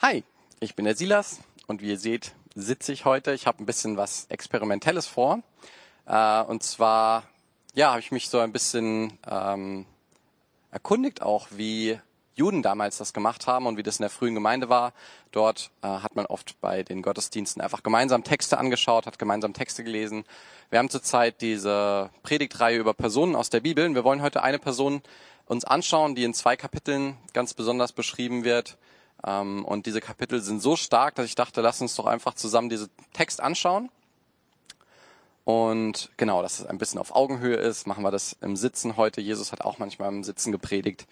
Hi, ich bin der Silas und wie ihr seht, sitze ich heute. Ich habe ein bisschen was Experimentelles vor. Und zwar, habe ich mich so ein bisschen erkundigt auch, wie Juden damals das gemacht haben und wie das in der frühen Gemeinde war. Dort hat man oft bei den Gottesdiensten einfach gemeinsam Texte angeschaut, hat gemeinsam Texte gelesen. Wir haben zurzeit diese Predigtreihe über Personen aus der Bibel. Und wir wollen heute eine Person uns anschauen, die in 2 Kapiteln ganz besonders beschrieben wird. Und diese Kapitel sind so stark, dass ich dachte, lass uns doch einfach zusammen diesen Text anschauen. Und genau, dass es ein bisschen auf Augenhöhe ist, machen wir das im Sitzen heute. Jesus hat auch manchmal im Sitzen gepredigt.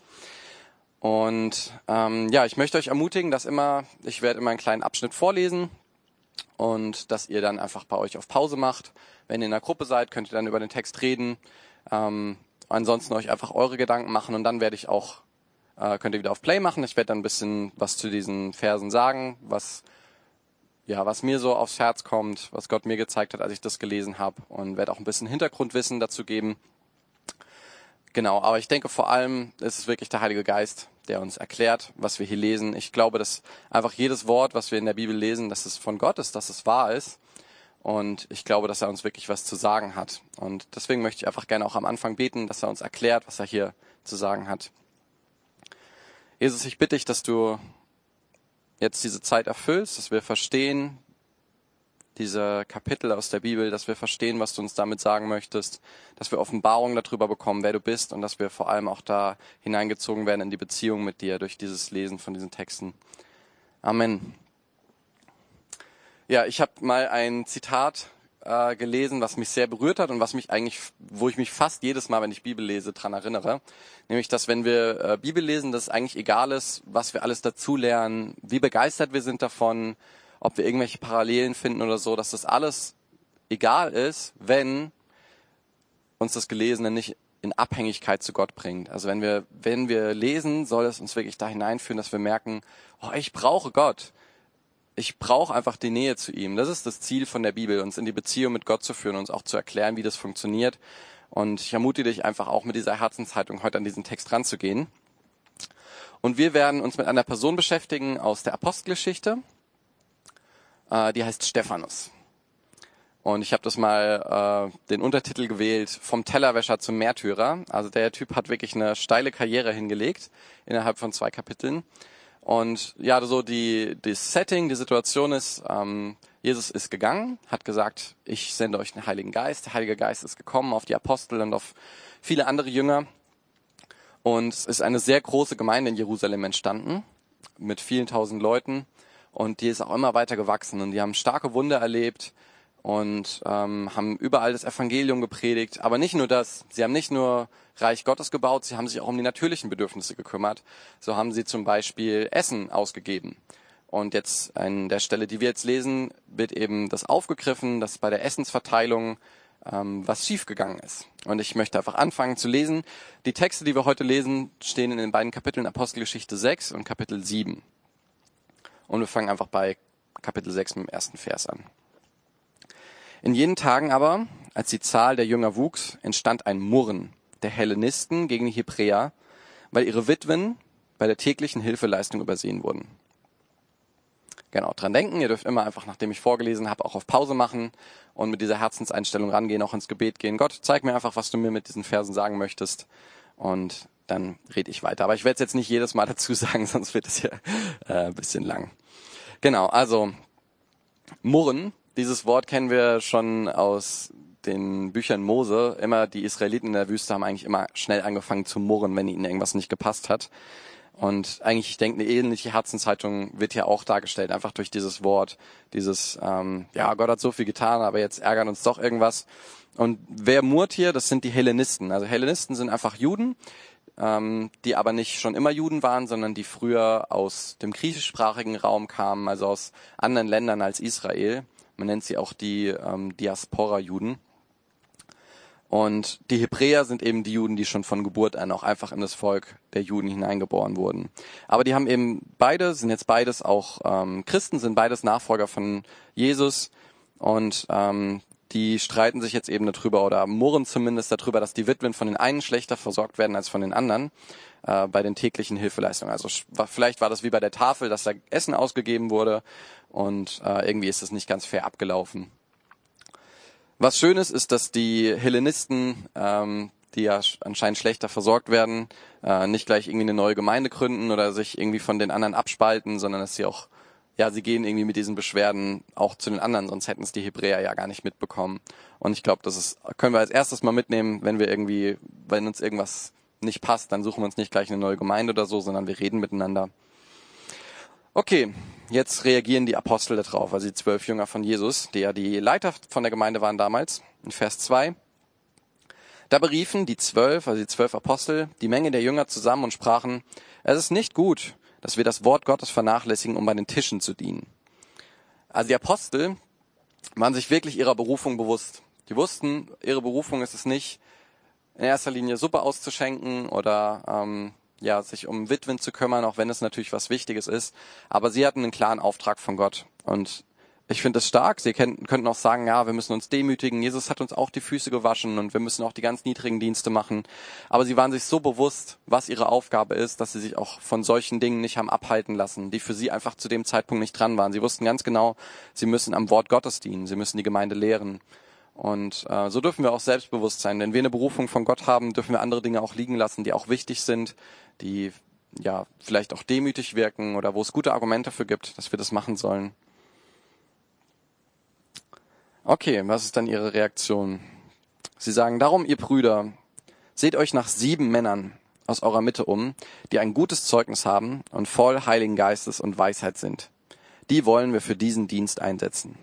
Und ich möchte euch ermutigen, ich werde immer einen kleinen Abschnitt vorlesen und dass ihr dann einfach bei euch auf Pause macht. Wenn ihr in einer Gruppe seid, könnt ihr dann über den Text reden. Ansonsten euch einfach eure Gedanken machen und dann werde ich auch könnt ihr wieder auf Play machen. Ich werde dann ein bisschen was zu diesen Versen sagen, was mir so aufs Herz kommt, was Gott mir gezeigt hat, als ich das gelesen habe, und werde auch ein bisschen Hintergrundwissen dazu geben. Genau, aber ich denke vor allem ist es wirklich der Heilige Geist, der uns erklärt, was wir hier lesen. Ich glaube, dass einfach jedes Wort, was wir in der Bibel lesen, dass es von Gott ist, dass es wahr ist. Und ich glaube, dass er uns wirklich was zu sagen hat. Und deswegen möchte ich einfach gerne auch am Anfang beten, dass er uns erklärt, was er hier zu sagen hat. Jesus, ich bitte dich, dass du jetzt diese Zeit erfüllst, dass wir verstehen, diese Kapitel aus der Bibel, dass wir verstehen, was du uns damit sagen möchtest, dass wir Offenbarung darüber bekommen, wer du bist, und dass wir vor allem auch da hineingezogen werden in die Beziehung mit dir durch dieses Lesen von diesen Texten. Amen. Ja, ich habe mal ein Zitat gelesen, was mich sehr berührt hat und wo ich mich fast jedes Mal, wenn ich Bibel lese, dran erinnere. Nämlich, dass wenn wir Bibel lesen, dass es eigentlich egal ist, was wir alles dazulernen, wie begeistert wir sind davon, ob wir irgendwelche Parallelen finden oder so, dass das alles egal ist, wenn uns das Gelesene nicht in Abhängigkeit zu Gott bringt. Also wenn wir lesen, soll es uns wirklich da hineinführen, dass wir merken, ich brauche Gott. Ich brauche einfach die Nähe zu ihm. Das ist das Ziel von der Bibel, uns in die Beziehung mit Gott zu führen, uns auch zu erklären, wie das funktioniert. Und ich ermutige dich einfach auch mit dieser Herzenshaltung heute an diesen Text ranzugehen. Und wir werden uns mit einer Person beschäftigen aus der Apostelgeschichte. Die heißt Stephanus. Und ich habe das mal den Untertitel gewählt, vom Tellerwäscher zum Märtyrer. Also der Typ hat wirklich eine steile Karriere hingelegt innerhalb von 2 Kapiteln. Und so das Setting, die Situation ist, Jesus ist gegangen, hat gesagt, ich sende euch den Heiligen Geist. Der Heilige Geist ist gekommen auf die Apostel und auf viele andere Jünger. Und es ist eine sehr große Gemeinde in Jerusalem entstanden, mit vielen tausend Leuten. Und die ist auch immer weiter gewachsen. Und die haben starke Wunder erlebt und haben überall das Evangelium gepredigt. Aber nicht nur das. Sie haben nicht nur Reich Gottes gebaut, sie haben sich auch um die natürlichen Bedürfnisse gekümmert. So haben sie zum Beispiel Essen ausgegeben. Und jetzt an der Stelle, die wir jetzt lesen, wird eben das aufgegriffen, dass bei der Essensverteilung was schiefgegangen ist. Und ich möchte einfach anfangen zu lesen. Die Texte, die wir heute lesen, stehen in den beiden Kapiteln Apostelgeschichte 6 und Kapitel 7. Und wir fangen einfach bei Kapitel 6 mit dem ersten Vers an. In jenen Tagen aber, als die Zahl der Jünger wuchs, entstand ein Murren der Hellenisten gegen die Hebräer, weil ihre Witwen bei der täglichen Hilfeleistung übersehen wurden. Genau, dran denken, ihr dürft immer einfach, nachdem ich vorgelesen habe, auch auf Pause machen und mit dieser Herzenseinstellung rangehen, auch ins Gebet gehen. Gott, zeig mir einfach, was du mir mit diesen Versen sagen möchtest, und dann rede ich weiter. Aber ich werde es jetzt nicht jedes Mal dazu sagen, sonst wird es ja ein bisschen lang. Genau, also Murren, dieses Wort kennen wir schon aus den Büchern Mose. Immer die Israeliten in der Wüste haben eigentlich immer schnell angefangen zu murren, wenn ihnen irgendwas nicht gepasst hat. Und eigentlich, ich denke, eine ähnliche Herzenshaltung wird hier auch dargestellt, einfach durch dieses Wort, dieses, Gott hat so viel getan, aber jetzt ärgert uns doch irgendwas. Und wer murrt hier? Das sind die Hellenisten. Also Hellenisten sind einfach Juden, die aber nicht schon immer Juden waren, sondern die früher aus dem griechischsprachigen Raum kamen, also aus anderen Ländern als Israel. Man nennt sie auch die Diaspora-Juden. Und die Hebräer sind eben die Juden, die schon von Geburt an auch einfach in das Volk der Juden hineingeboren wurden. Aber die haben eben sind jetzt beides auch Christen, sind beides Nachfolger von Jesus. Und die streiten sich jetzt eben darüber oder murren zumindest darüber, dass die Witwen von den einen schlechter versorgt werden als von den anderen bei den täglichen Hilfeleistungen. Also vielleicht war das wie bei der Tafel, dass da Essen ausgegeben wurde und irgendwie ist das nicht ganz fair abgelaufen. Was schön ist, dass die Hellenisten, die ja anscheinend schlechter versorgt werden, nicht gleich irgendwie eine neue Gemeinde gründen oder sich irgendwie von den anderen abspalten, sondern dass sie auch, ja, sie gehen irgendwie mit diesen Beschwerden auch zu den anderen, sonst hätten es die Hebräer ja gar nicht mitbekommen. Und ich glaube, können wir als erstes mal mitnehmen, wenn uns irgendwas nicht passt, dann suchen wir uns nicht gleich eine neue Gemeinde oder so, sondern wir reden miteinander. Okay, jetzt reagieren die Apostel darauf, also die 12 Jünger von Jesus, die ja die Leiter von der Gemeinde waren damals, in Vers 2. Da beriefen die 12 Apostel, die Menge der Jünger zusammen und sprachen, es ist nicht gut, dass wir das Wort Gottes vernachlässigen, um bei den Tischen zu dienen. Also die Apostel waren sich wirklich ihrer Berufung bewusst. Die wussten, ihre Berufung ist es nicht, in erster Linie Suppe auszuschenken oder sich um Witwen zu kümmern, auch wenn es natürlich was Wichtiges ist. Aber sie hatten einen klaren Auftrag von Gott. Und ich finde es stark. Sie könnten auch sagen, ja, wir müssen uns demütigen. Jesus hat uns auch die Füße gewaschen und wir müssen auch die ganz niedrigen Dienste machen. Aber sie waren sich so bewusst, was ihre Aufgabe ist, dass sie sich auch von solchen Dingen nicht haben abhalten lassen, die für sie einfach zu dem Zeitpunkt nicht dran waren. Sie wussten ganz genau, sie müssen am Wort Gottes dienen. Sie müssen die Gemeinde lehren. Und so dürfen wir auch selbstbewusst sein. Wenn wir eine Berufung von Gott haben, dürfen wir andere Dinge auch liegen lassen, die auch wichtig sind, die ja vielleicht auch demütig wirken oder wo es gute Argumente für gibt, dass wir das machen sollen. Okay, was ist dann ihre Reaktion? Sie sagen, darum, ihr Brüder, seht euch nach 7 Männern aus eurer Mitte um, die ein gutes Zeugnis haben und voll Heiligen Geistes und Weisheit sind. Die wollen wir für diesen Dienst einsetzen.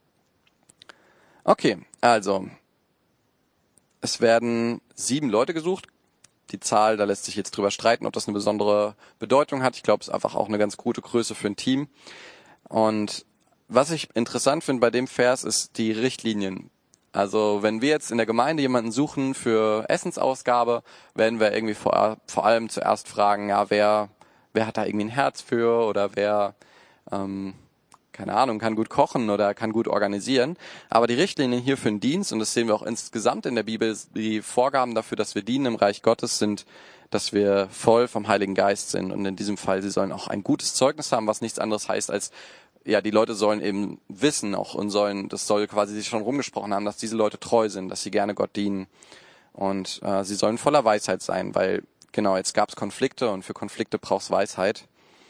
Okay, also, es werden 7 Leute gesucht. Die Zahl, da lässt sich jetzt drüber streiten, ob das eine besondere Bedeutung hat. Ich glaube, es ist einfach auch eine ganz gute Größe für ein Team. Und was ich interessant finde bei dem Vers, ist die Richtlinien. Also, wenn wir jetzt in der Gemeinde jemanden suchen für Essensausgabe, werden wir irgendwie vor allem zuerst fragen, ja, wer hat da irgendwie ein Herz für oder wer, keine Ahnung, kann gut kochen oder kann gut organisieren. Aber die Richtlinien hier für den Dienst, und das sehen wir auch insgesamt in der Bibel, die Vorgaben dafür, dass wir dienen im Reich Gottes, sind, dass wir voll vom Heiligen Geist sind. Und in diesem Fall, sie sollen auch ein gutes Zeugnis haben, was nichts anderes heißt als, ja, die Leute sollen eben wissen auch und das soll quasi sich schon rumgesprochen haben, dass diese Leute treu sind, dass sie gerne Gott dienen. Und sie sollen voller Weisheit sein, weil, genau, jetzt gab es Konflikte und für Konflikte brauchst Weisheit.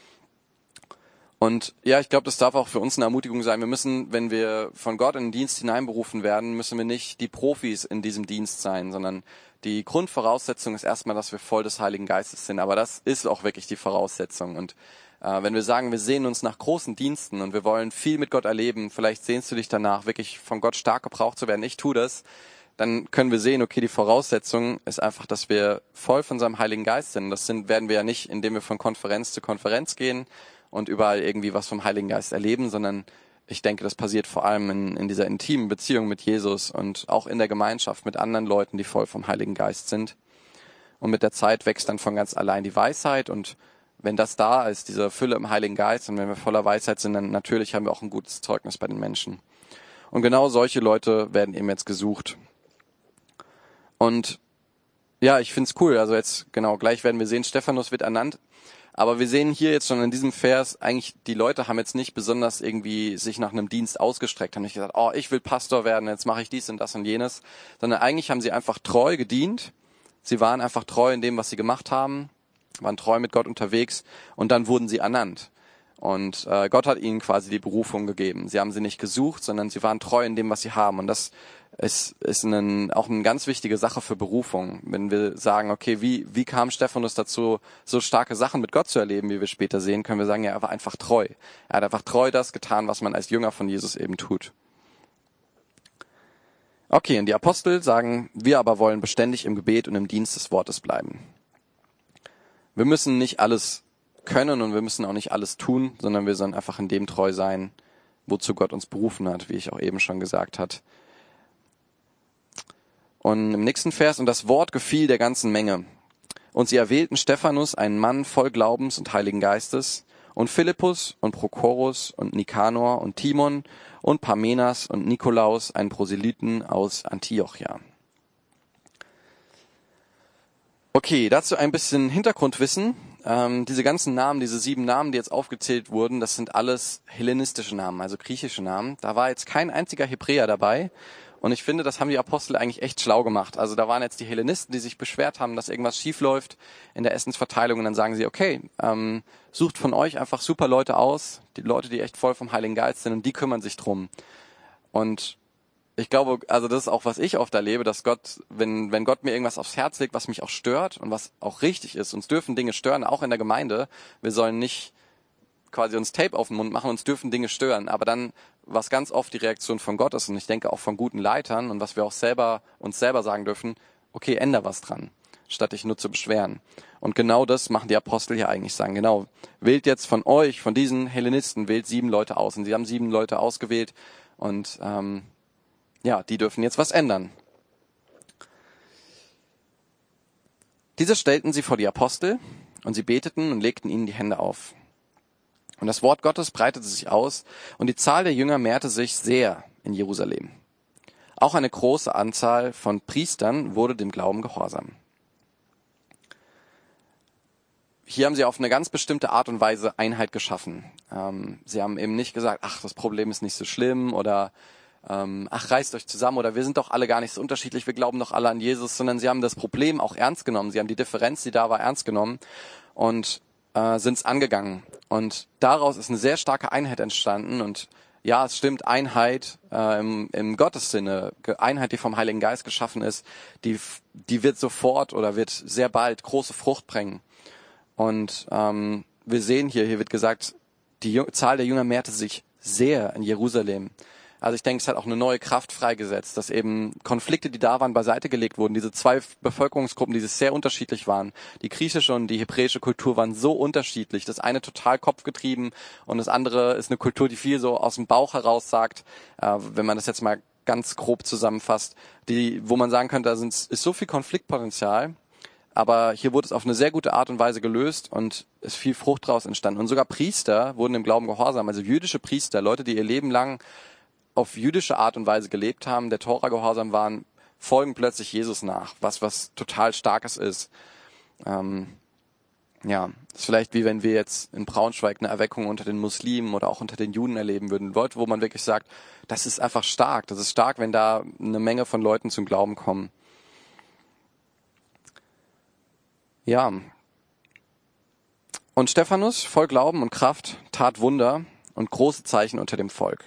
Und ja, ich glaube, das darf auch für uns eine Ermutigung sein. Wir müssen, wenn wir von Gott in den Dienst hineinberufen werden, müssen wir nicht die Profis in diesem Dienst sein, sondern die Grundvoraussetzung ist erstmal, dass wir voll des Heiligen Geistes sind. Aber das ist auch wirklich die Voraussetzung. Und wenn wir sagen, wir sehen uns nach großen Diensten und wir wollen viel mit Gott erleben, vielleicht sehnst du dich danach, wirklich von Gott stark gebraucht zu werden. Ich tue das. Dann können wir sehen, okay, die Voraussetzung ist einfach, dass wir voll von seinem Heiligen Geist sind. Werden wir ja nicht, indem wir von Konferenz zu Konferenz gehen und überall irgendwie was vom Heiligen Geist erleben, sondern ich denke, das passiert vor allem in dieser intimen Beziehung mit Jesus und auch in der Gemeinschaft mit anderen Leuten, die voll vom Heiligen Geist sind. Und mit der Zeit wächst dann von ganz allein die Weisheit, und wenn das da ist, diese Fülle im Heiligen Geist, und wenn wir voller Weisheit sind, dann natürlich haben wir auch ein gutes Zeugnis bei den Menschen. Und genau solche Leute werden eben jetzt gesucht. Und ja, ich find's cool. Also jetzt, genau, gleich werden wir sehen, Stephanus wird ernannt. Aber wir sehen hier jetzt schon in diesem Vers, eigentlich, die Leute haben jetzt nicht besonders irgendwie sich nach einem Dienst ausgestreckt, haben nicht gesagt, oh, ich will Pastor werden, jetzt mache ich dies und das und jenes, sondern eigentlich haben sie einfach treu gedient. Sie waren einfach treu in dem, was sie gemacht haben, waren treu mit Gott unterwegs, und dann wurden sie ernannt. Und Gott hat ihnen quasi die Berufung gegeben. Sie haben sie nicht gesucht, sondern sie waren treu in dem, was sie haben. Und das ist auch eine ganz wichtige Sache für Berufung. Wenn wir sagen, okay, wie kam Stephanus dazu, so starke Sachen mit Gott zu erleben, wie wir später sehen, können wir sagen, ja, er war einfach treu. Er hat einfach treu das getan, was man als Jünger von Jesus eben tut. Okay, und die Apostel sagen, wir aber wollen beständig im Gebet und im Dienst des Wortes bleiben. Wir müssen nicht alles können und wir müssen auch nicht alles tun, sondern wir sollen einfach in dem treu sein, wozu Gott uns berufen hat, wie ich auch eben schon gesagt habe. Und im nächsten Vers, und das Wort gefiel der ganzen Menge. Und sie erwählten Stephanus, einen Mann voll Glaubens und Heiligen Geistes, und Philippus und Prochorus und Nikanor und Timon und Parmenas und Nikolaus, einen Proselyten aus Antiochia. Okay, dazu ein bisschen Hintergrundwissen. Diese ganzen Namen, diese 7 Namen, die jetzt aufgezählt wurden, das sind alles hellenistische Namen, also griechische Namen. Da war jetzt kein einziger Hebräer dabei. Und ich finde, das haben die Apostel eigentlich echt schlau gemacht. Also da waren jetzt die Hellenisten, die sich beschwert haben, dass irgendwas schief läuft in der Essensverteilung. Und dann sagen sie, okay, sucht von euch einfach super Leute aus, die Leute, die echt voll vom Heiligen Geist sind, und die kümmern sich drum. Und ich glaube, also das ist auch, was ich oft erlebe, dass Gott, wenn Gott mir irgendwas aufs Herz legt, was mich auch stört und was auch richtig ist, uns dürfen Dinge stören, auch in der Gemeinde. Wir sollen nicht quasi uns Tape auf den Mund machen, uns dürfen Dinge stören. Aber dann, was ganz oft die Reaktion von Gott ist, und ich denke auch von guten Leitern und was wir auch uns selber sagen dürfen, okay, änder was dran, statt dich nur zu beschweren. Und genau das machen die Apostel hier eigentlich, sagen, genau, wählt jetzt von euch, von diesen Hellenisten, wählt 7 Leute aus. Und sie haben 7 Leute ausgewählt und ja, die dürfen jetzt was ändern. Diese stellten sie vor die Apostel und sie beteten und legten ihnen die Hände auf. Und das Wort Gottes breitete sich aus und die Zahl der Jünger mehrte sich sehr in Jerusalem. Auch eine große Anzahl von Priestern wurde dem Glauben gehorsam. Hier haben sie auf eine ganz bestimmte Art und Weise Einheit geschaffen. Sie haben eben nicht gesagt, ach, das Problem ist nicht so schlimm oder ach, reißt euch zusammen oder wir sind doch alle gar nicht so unterschiedlich, wir glauben doch alle an Jesus, sondern sie haben das Problem auch ernst genommen. Sie haben die Differenz, die da war, ernst genommen und sind es angegangen. Und daraus ist eine sehr starke Einheit entstanden. Und ja, es stimmt, Einheit im Gottessinne, Einheit, die vom Heiligen Geist geschaffen ist, die wird sofort oder wird sehr bald große Frucht bringen. Und wir sehen hier wird gesagt, die Zahl der Jünger mehrte sich sehr in Jerusalem. Also ich denke, es hat auch eine neue Kraft freigesetzt, dass eben Konflikte, die da waren, beiseite gelegt wurden. Diese 2 Bevölkerungsgruppen, die sehr unterschiedlich waren. Die griechische und die hebräische Kultur waren so unterschiedlich. Das eine total kopfgetrieben und das andere ist eine Kultur, die viel so aus dem Bauch heraus sagt, wenn man das jetzt mal ganz grob zusammenfasst, wo man sagen könnte, da ist so viel Konfliktpotenzial. Aber hier wurde es auf eine sehr gute Art und Weise gelöst und ist viel Frucht daraus entstanden. Und sogar Priester wurden im Glauben gehorsam, also jüdische Priester, Leute, die ihr Leben lang auf jüdische Art und Weise gelebt haben, der Tora gehorsam waren, folgen plötzlich Jesus nach, was total Starkes ist. Ja, ist vielleicht wie wenn wir jetzt in Braunschweig eine Erweckung unter den Muslimen oder auch unter den Juden erleben würden. Leute, wo man wirklich sagt, das ist einfach stark. Das ist stark, wenn da eine Menge von Leuten zum Glauben kommen. Ja. Und Stephanus, voll Glauben und Kraft, tat Wunder und große Zeichen unter dem Volk.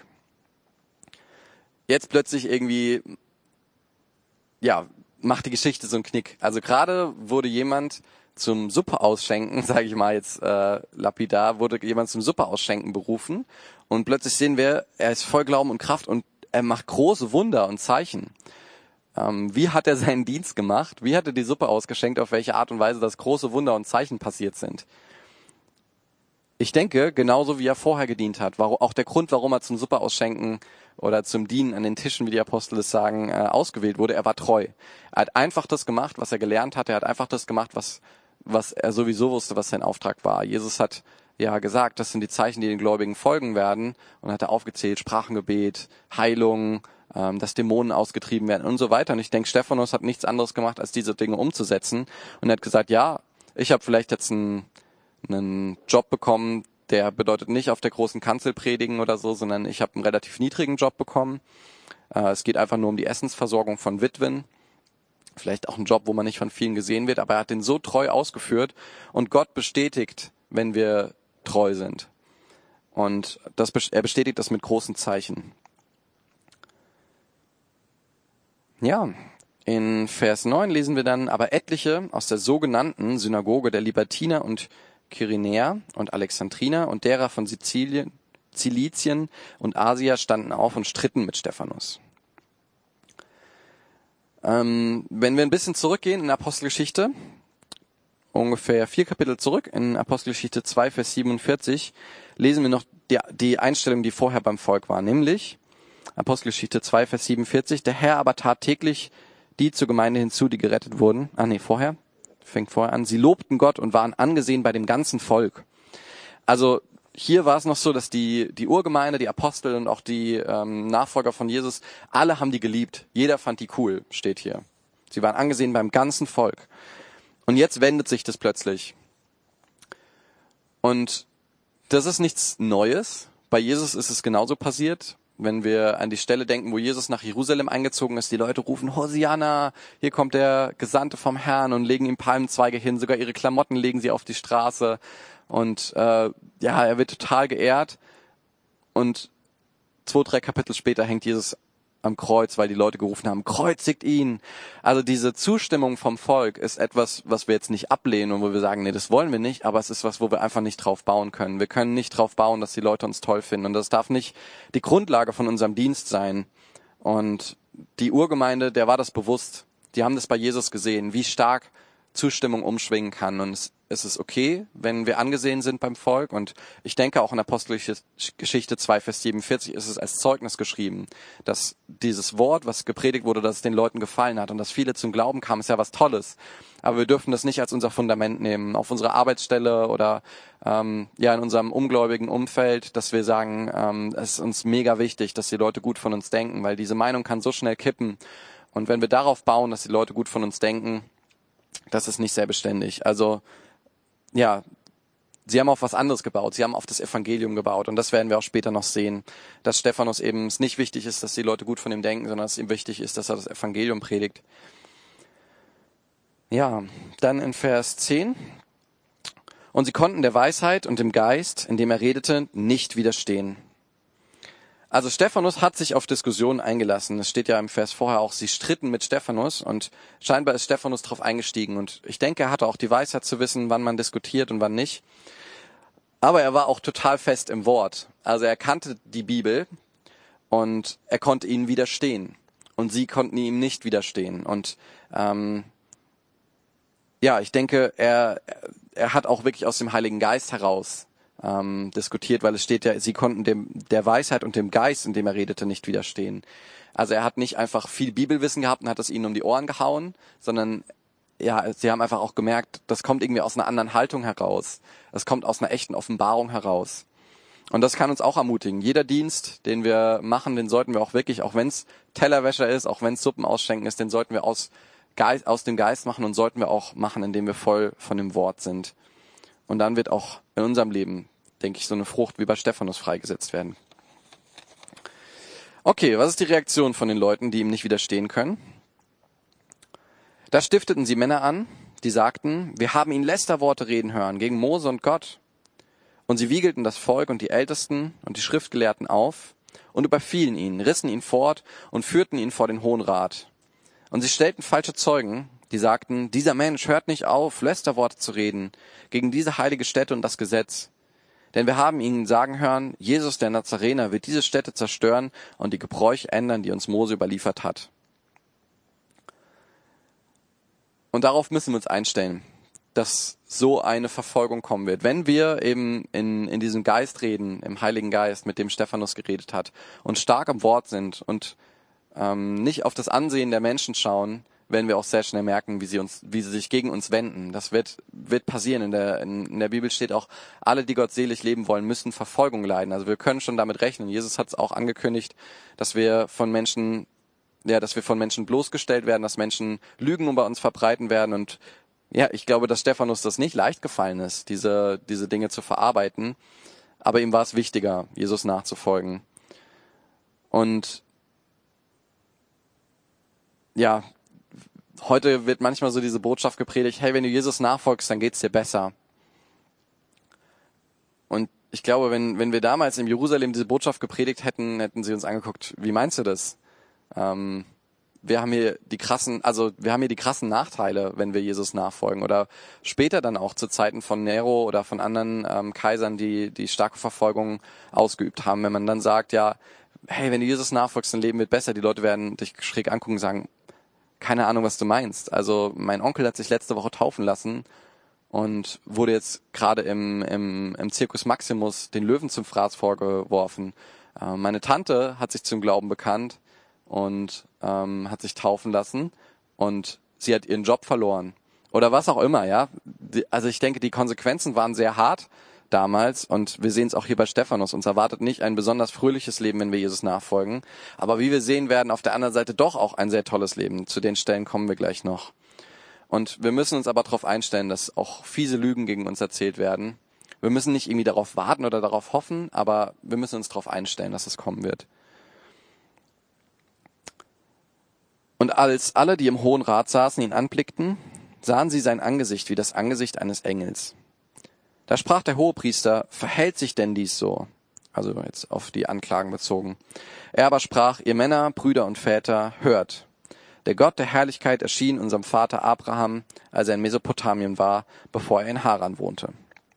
Jetzt plötzlich irgendwie, ja, macht die Geschichte so einen Knick. Also gerade wurde jemand zum Suppe ausschenken, sage ich mal jetzt lapidar, wurde jemand zum Suppe ausschenken berufen und plötzlich sehen wir, er ist voll Glauben und Kraft und er macht große Wunder und Zeichen. Wie hat er seinen Dienst gemacht? Wie hat er die Suppe ausgeschenkt? Auf welche Art und Weise, dass große Wunder und Zeichen passiert sind? Ich denke, genauso wie er vorher gedient hat, war auch der Grund, warum er zum Suppe ausschenken oder zum Dienen an den Tischen, wie die Apostel es sagen, ausgewählt wurde. Er war treu. Er hat einfach das gemacht, was er gelernt hat. Er hat einfach das gemacht, was er sowieso wusste, was sein Auftrag war. Jesus hat ja gesagt, das sind die Zeichen, die den Gläubigen folgen werden. Und hat er aufgezählt, Sprachengebet, Heilung, dass Dämonen ausgetrieben werden und so weiter. Und ich denke, Stephanus hat nichts anderes gemacht, als diese Dinge umzusetzen. Und er hat gesagt, ja, ich habe vielleicht jetzt einen Job bekommen, der bedeutet nicht auf der großen Kanzel predigen oder so, sondern ich habe einen relativ niedrigen Job bekommen. Es geht einfach nur um die Essensversorgung von Witwen. Vielleicht auch ein Job, wo man nicht von vielen gesehen wird, aber er hat den so treu ausgeführt und Gott bestätigt, wenn wir treu sind. Und er bestätigt das mit großen Zeichen. Ja, in Vers 9 lesen wir dann, aber etliche aus der sogenannten Synagoge der Libertiner und Kyrenäer und Alexandriner und derer von Sizilien, Zilizien und Asia standen auf und stritten mit Stephanus. Wenn wir ein bisschen zurückgehen in Apostelgeschichte, ungefähr 4 Kapitel zurück, in Apostelgeschichte 2, Vers 47, lesen wir noch die Einstellung, die vorher beim Volk war, nämlich Apostelgeschichte 2, Vers 47, der Herr aber tat täglich die zur Gemeinde hinzu, die gerettet wurden. Fängt vorher an. Sie lobten Gott und waren angesehen bei dem ganzen Volk. Also hier war es noch so, dass die Urgemeinde, die Apostel und auch die Nachfolger von Jesus, alle haben die geliebt. Jeder fand die cool, steht hier. Sie waren angesehen beim ganzen Volk. Und jetzt wendet sich das plötzlich. Und das ist nichts Neues. Bei Jesus ist es genauso passiert. Wenn wir an die Stelle denken, wo Jesus nach Jerusalem eingezogen ist, die Leute rufen, Hosianna, hier kommt der Gesandte vom Herrn, und legen ihm Palmenzweige hin, sogar ihre Klamotten legen sie auf die Straße. Und ja, er wird total geehrt. Und 2, 3 Kapitel später hängt Jesus am Kreuz, weil die Leute gerufen haben, kreuzigt ihn. Also diese Zustimmung vom Volk ist etwas, was wir jetzt nicht ablehnen und wo wir sagen, nee, das wollen wir nicht, aber es ist was, wo wir einfach nicht drauf bauen können. Wir können nicht drauf bauen, dass die Leute uns toll finden, und das darf nicht die Grundlage von unserem Dienst sein. Und die Urgemeinde, der war das bewusst. Die haben das bei Jesus gesehen, wie stark Zustimmung umschwingen kann, und es ist okay, wenn wir angesehen sind beim Volk, und ich denke auch in Apostelgeschichte 2, Vers 47 ist es als Zeugnis geschrieben, dass dieses Wort, was gepredigt wurde, dass es den Leuten gefallen hat und dass viele zum Glauben kamen, ist ja was Tolles. Aber wir dürfen das nicht als unser Fundament nehmen, auf unserer Arbeitsstelle oder ja in unserem ungläubigen Umfeld, dass wir sagen, es ist uns mega wichtig, dass die Leute gut von uns denken, weil diese Meinung kann so schnell kippen. Und wenn wir darauf bauen, dass die Leute gut von uns denken, das ist nicht sehr beständig. Also ja, sie haben auf was anderes gebaut. Sie haben auf das Evangelium gebaut. Und das werden wir auch später noch sehen, dass Stephanus eben es nicht wichtig ist, dass die Leute gut von ihm denken, sondern dass es ihm wichtig ist, dass er das Evangelium predigt. Ja, dann in Vers 10. Und sie konnten der Weisheit und dem Geist, in dem er redete, nicht widerstehen. Also Stephanus hat sich auf Diskussionen eingelassen. Es steht ja im Vers vorher auch, sie stritten mit Stephanus, und scheinbar ist Stephanus drauf eingestiegen. Und ich denke, er hatte auch die Weisheit zu wissen, wann man diskutiert und wann nicht. Aber er war auch total fest im Wort. Also er kannte die Bibel und er konnte ihnen widerstehen. Und sie konnten ihm nicht widerstehen. Und ja, ich denke, er hat auch wirklich aus dem Heiligen Geist heraus diskutiert, weil es steht ja, sie konnten der Weisheit und dem Geist, in dem er redete, nicht widerstehen. Also er hat nicht einfach viel Bibelwissen gehabt und hat es ihnen um die Ohren gehauen, sondern ja, sie haben einfach auch gemerkt, das kommt irgendwie aus einer anderen Haltung heraus. Das kommt aus einer echten Offenbarung heraus. Und das kann uns auch ermutigen. Jeder Dienst, den wir machen, den sollten wir auch wirklich, auch wenn es Tellerwäscher ist, auch wenn es Suppen ausschenken ist, den sollten wir aus dem Geist machen und sollten wir auch machen, indem wir voll von dem Wort sind. Und dann wird auch in unserem Leben, denke ich, so eine Frucht wie bei Stephanus freigesetzt werden. Okay, was ist die Reaktion von den Leuten, die ihm nicht widerstehen können? Da stifteten sie Männer an, die sagten, wir haben ihn Lästerworte reden hören gegen Mose und Gott. Und sie wiegelten das Volk und die Ältesten und die Schriftgelehrten auf und überfielen ihn, rissen ihn fort und führten ihn vor den Hohen Rat. Und sie stellten falsche Zeugen, die sagten, dieser Mensch hört nicht auf, Lästerworte zu reden gegen diese heilige Stätte und das Gesetz. Denn wir haben ihn sagen hören, Jesus der Nazarener wird diese Stätte zerstören und die Gebräuche ändern, die uns Mose überliefert hat. Und darauf müssen wir uns einstellen, dass so eine Verfolgung kommen wird. Wenn wir eben in diesem Geist reden, im Heiligen Geist, mit dem Stephanus geredet hat, und stark im Wort sind und nicht auf das Ansehen der Menschen schauen, werden wir auch sehr schnell merken, wie sie sich gegen uns wenden. Das wird passieren. In der Bibel steht auch, alle, die gottselig leben wollen, müssen Verfolgung leiden. Also wir können schon damit rechnen. Jesus hat es auch angekündigt, dass wir von Menschen bloßgestellt werden, dass Menschen Lügen über uns verbreiten werden. Und ja, ich glaube, dass Stephanus das nicht leicht gefallen ist, diese Dinge zu verarbeiten. Aber ihm war es wichtiger, Jesus nachzufolgen. Und ja, heute wird manchmal so diese Botschaft gepredigt, hey, wenn du Jesus nachfolgst, dann geht's dir besser. Und ich glaube, wenn wir damals in Jerusalem diese Botschaft gepredigt hätten sie uns angeguckt, wie meinst du das? Wir haben hier die krassen Nachteile, wenn wir Jesus nachfolgen. Oder später dann auch zu Zeiten von Nero oder von anderen Kaisern, die starke Verfolgung ausgeübt haben. Wenn man dann sagt, ja, hey, wenn du Jesus nachfolgst, dein Leben wird besser. Die Leute werden dich schräg angucken und sagen, keine Ahnung, was du meinst. Also mein Onkel hat sich letzte Woche taufen lassen und wurde jetzt gerade im Circus Maximus den Löwen zum Fraß vorgeworfen. Meine Tante hat sich zum Glauben bekannt und hat sich taufen lassen und sie hat ihren Job verloren. Oder was auch immer, ja. Also ich denke, die Konsequenzen waren sehr hart. damals. Und wir sehen es auch hier bei Stephanus. Uns erwartet nicht ein besonders fröhliches Leben, wenn wir Jesus nachfolgen. Aber wie wir sehen werden, auf der anderen Seite doch auch ein sehr tolles Leben. Zu den Stellen kommen wir gleich noch. Und wir müssen uns aber darauf einstellen, dass auch fiese Lügen gegen uns erzählt werden. Wir müssen nicht irgendwie darauf warten oder darauf hoffen, aber wir müssen uns darauf einstellen, dass es kommen wird. Und als alle, die im Hohen Rat saßen, ihn anblickten, sahen sie sein Angesicht wie das Angesicht eines Engels. Da sprach der Hohepriester: Verhält sich denn dies so? Also jetzt auf die Anklagen bezogen. Er aber sprach: Ihr Männer, Brüder und Väter, hört. Der Gott der Herrlichkeit erschien unserem Vater Abraham, als er in Mesopotamien war, bevor er in Haran wohnte.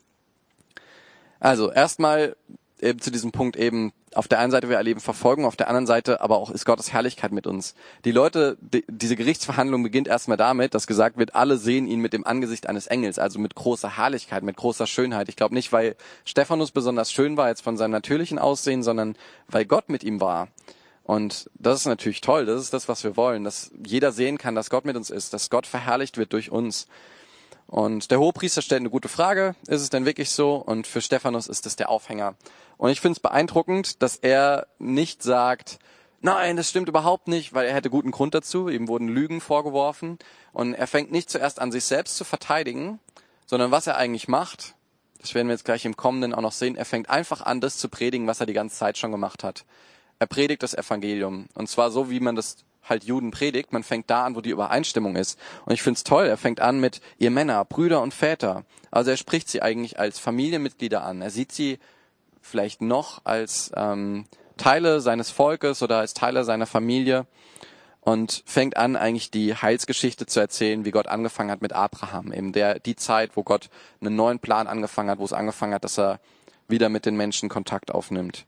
Also erstmal eben zu diesem Punkt eben, auf der einen Seite wir erleben Verfolgung, auf der anderen Seite aber auch ist Gottes Herrlichkeit mit uns. Die Leute, diese Gerichtsverhandlung beginnt erstmal damit, dass gesagt wird, alle sehen ihn mit dem Angesicht eines Engels, also mit großer Herrlichkeit, mit großer Schönheit. Ich glaube nicht, weil Stephanus besonders schön war jetzt von seinem natürlichen Aussehen, sondern weil Gott mit ihm war. Und das ist natürlich toll, das ist das, was wir wollen, dass jeder sehen kann, dass Gott mit uns ist, dass Gott verherrlicht wird durch uns. Und der Hohepriester stellt eine gute Frage, ist es denn wirklich so? Und für Stephanus ist das der Aufhänger. Und ich finde es beeindruckend, dass er nicht sagt, nein, das stimmt überhaupt nicht, weil er hätte guten Grund dazu, ihm wurden Lügen vorgeworfen. Und er fängt nicht zuerst an, sich selbst zu verteidigen, sondern was er eigentlich macht, das werden wir jetzt gleich im Kommenden auch noch sehen, er fängt einfach an, das zu predigen, was er die ganze Zeit schon gemacht hat. Er predigt das Evangelium. Und zwar so, wie man das halt Juden predigt. Man fängt da an, wo die Übereinstimmung ist. Und ich find's toll. Er fängt an mit ihr Männer, Brüder und Väter. Also er spricht sie eigentlich als Familienmitglieder an. Er sieht sie vielleicht noch als Teile seines Volkes oder als Teile seiner Familie und fängt an, eigentlich die Heilsgeschichte zu erzählen, wie Gott angefangen hat mit Abraham. Eben die Zeit, wo Gott einen neuen Plan angefangen hat, wo es angefangen hat, dass er wieder mit den Menschen Kontakt aufnimmt.